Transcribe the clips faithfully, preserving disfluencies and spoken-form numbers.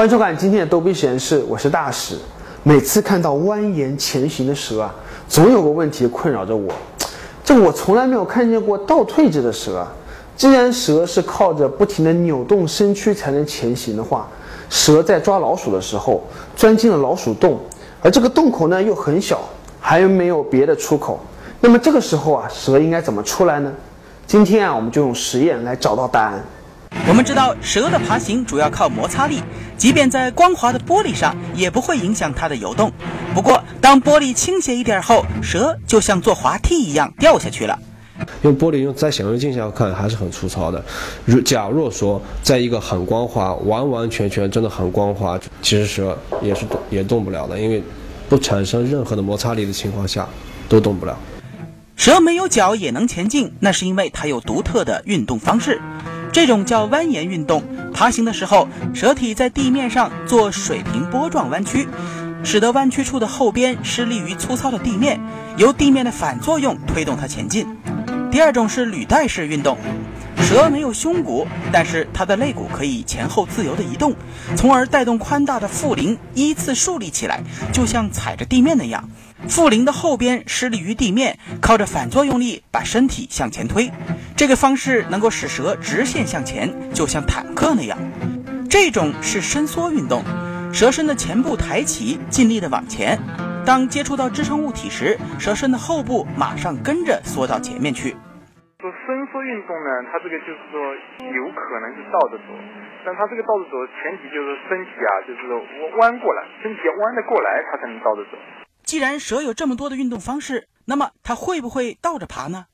欢迎收看今天的逗比实验室，我是大使。每次看到蜿蜒前行的蛇啊，总有个问题困扰着我，这我从来没有看见过倒退着的蛇啊。既然蛇是靠着不停地扭动身躯才能前行的话，蛇在抓老鼠的时候钻进了老鼠洞，而这个洞口呢又很小，还没有别的出口。那么这个时候啊，蛇应该怎么出来呢？今天啊，我们就用实验来找到答案。 我们知道蛇的爬行主要靠摩擦力，即便在光滑的玻璃上也不会影响它的游动。不过当玻璃倾斜一点后，蛇就像坐滑梯一样掉下去了。 用玻璃用在显微镜下看还是很粗糙的。如假若说在一个很光滑，完完全全真的很光滑，其实蛇也是也动不了的，因为不产生任何的摩擦力的情况下都动不了。 蛇没有脚也能前进，那是因为它有独特的运动方式。这种叫蜿蜒运动，爬行的时候，蛇体在地面上做水平波状弯曲，使得弯曲处的后边施力于粗糙的地面，由地面的反作用推动它前进。第二种是履带式运动，蛇没有胸骨，但是它的肋骨可以前后自由地移动，从而带动宽大的腹鳞依次竖立起来，就像踩着地面那样。腹鳞的后边施力于地面，靠着反作用力把身体向前推。这个方式能够使蛇直线向前，就像坦克那样。这种是伸缩运动，蛇身的前部抬起，尽力地往前。当接触到支撑物体时，蛇身的后部马上跟着缩到前面去。 说伸缩运动呢，它这个就是说有可能是倒着走，但它这个倒着走前提就是身体啊，就是说弯过来，身体要弯得过来，它才能倒着走。 既然蛇有这么多的运动方式，那么它会不会倒着爬呢？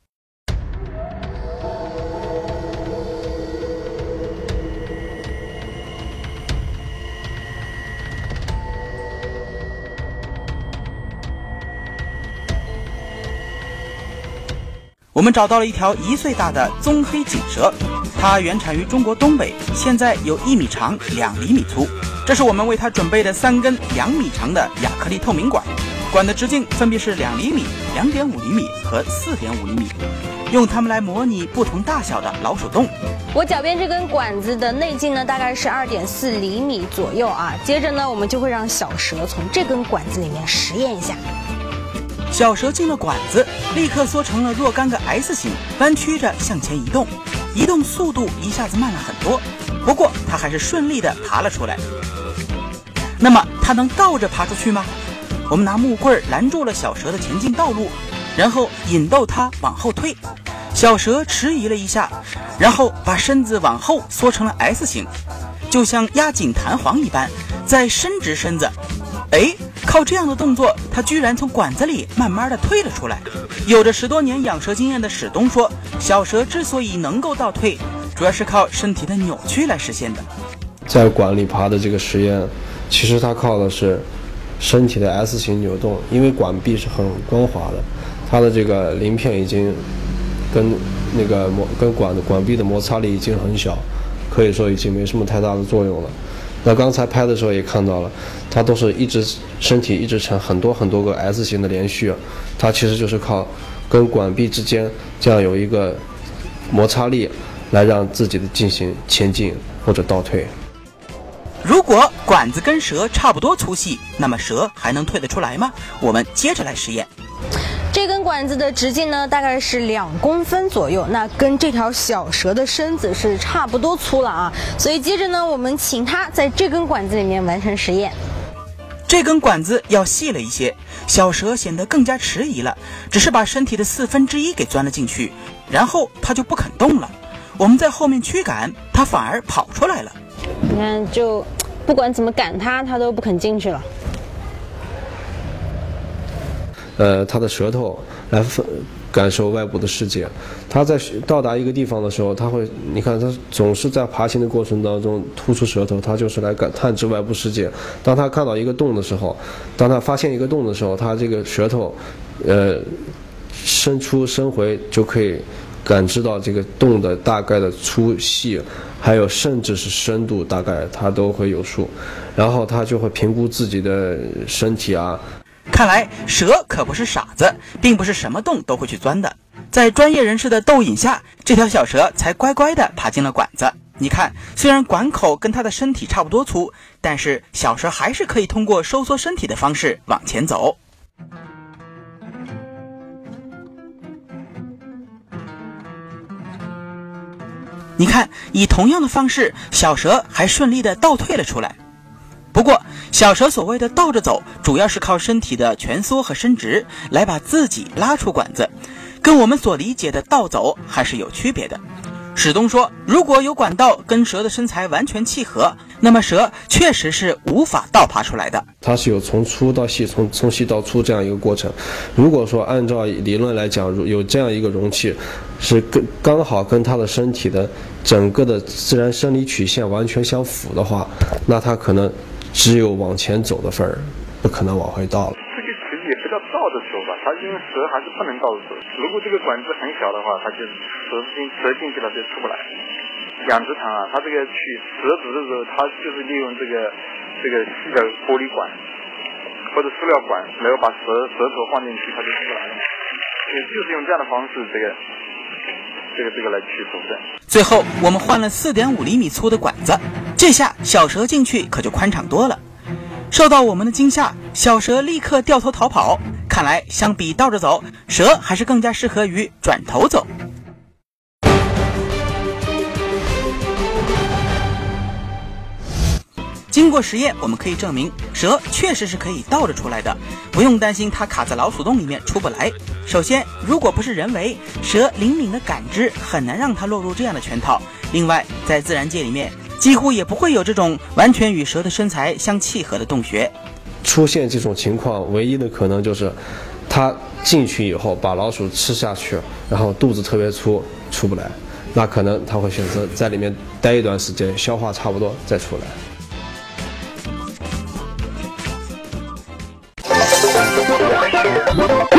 我们找到了一条一岁大的棕黑锦蛇，它原产于中国东北，现在有一米长、两厘米粗。这是我们为它准备的三根两米长的亚克力透明管，管的直径分别是两厘米、两点五厘米和四点五厘米，用它们来模拟不同大小的老鼠洞。 我脚边这根管子的内径呢，大概是二点四厘米左右啊。接着呢，我们就会让小蛇从这根管子里面实验一下。 小蛇进了管子，立刻缩成了若干个 S 型，弯曲着向前移动，移动速度一下子慢了很多，不过它还是顺利地爬了出来。那么它能倒着爬出去吗？我们拿木棍拦住了小蛇的前进道路，然后引逗它往后退。小蛇迟疑了一下，然后把身子往后缩成了 S 型，就像压紧弹簧一般，再伸直身子。哎，靠这样的动作，他居然从管子里慢慢的退了出来。有着十多年养蛇经验的史东说，小蛇之所以能够倒退，主要是靠身体的扭曲来实现的。 在管里爬的这个实验，其实它靠的是身体的 S 型扭动，因为管壁是很光滑的，它的这个鳞片已经跟那个摩跟管的管壁的摩擦力已经很小，可以说已经没什么太大的作用了。那刚才拍的时候也看到了，它都是一直身体一直呈很多很多个 S 型的连续，它其实就是靠跟管壁之间这样有一个摩擦力来让自己的进行前进或者倒退。 如果管子跟蛇差不多粗细，那么蛇还能退得出来吗？我们接着来实验。 这根管子的直径呢，大概是两公分左右，那跟这条小蛇的身子是差不多粗了啊。所以接着呢，我们请它在这根管子里面完成实验。 这根管子要细了一些，小蛇显得更加迟疑了，只是把身体的四分之一给钻了进去，然后它就不肯动了。我们在后面驱赶，它反而跑出来了。 你看，就不管怎么赶它，它都不肯进去了。 呃，它的舌头来感受外部的世界。它在到达一个地方的时候，它会，你看它总是在爬行的过程当中突出舌头，它就是来感探知外部世界。当它看到一个洞的时候，当它发现一个洞的时候，它这个舌头，呃，伸出伸回就可以感知到这个洞的大概的粗细，还有甚至是深度，大概它都会有数。然后它就会评估自己的身体啊。 看来蛇可不是傻子，并不是什么洞都会去钻的。在专业人士的逗引下，这条小蛇才乖乖地爬进了管子。 你看，虽然管口跟它的身体差不多粗，但是小蛇还是可以通过收缩身体的方式往前走。你看，以同样的方式，小蛇还顺利地倒退了出来。不过，小蛇所谓的倒着走，主要是靠身体的蜷缩和伸直来把自己拉出管子，跟我们所理解的倒走还是有区别的。史东说，如果有管道跟蛇的身材完全契合，那么蛇确实是无法倒爬出来的。 它是有从粗到细，从从细到粗这样一个过程。如果说按照理论来讲，有这样一个容器，是跟刚好跟它的身体的整个的自然生理曲线完全相符的话，那它可能只有往前走的份儿，不可能往回倒了。 这个其实也不叫倒着走吧，它因为蛇还是不能倒着走。如果这个管子很小的话，它就蛇进蛇进去了就出不来。养殖场啊，它这个取蛇足的时候，它就是利用这个这个细的玻璃管或者塑料管，然后把蛇蛇头放进去，它就出不来了。也就是用这样的方式，这个这个这个来取毒的。 最后，我们换了 四点五厘米粗的管子，这下小蛇进去可就宽敞多了。受到我们的惊吓，小蛇立刻掉头逃跑。看来，相比倒着走，蛇还是更加适合于转头走。经过实验，我们可以证明蛇确实是可以倒着出来的，不用担心它卡在老鼠洞里面出不来。首先，如果不是人为，蛇灵敏的感知很难让它落入这样的圈套。另外，在自然界里面，几乎也不会有这种完全与蛇的身材相契合的洞穴。 出现这种情况，唯一的可能就是它进去以后把老鼠吃下去，然后肚子特别粗出不来，那可能它会选择在里面待一段时间，消化差不多再出来。 Thank you.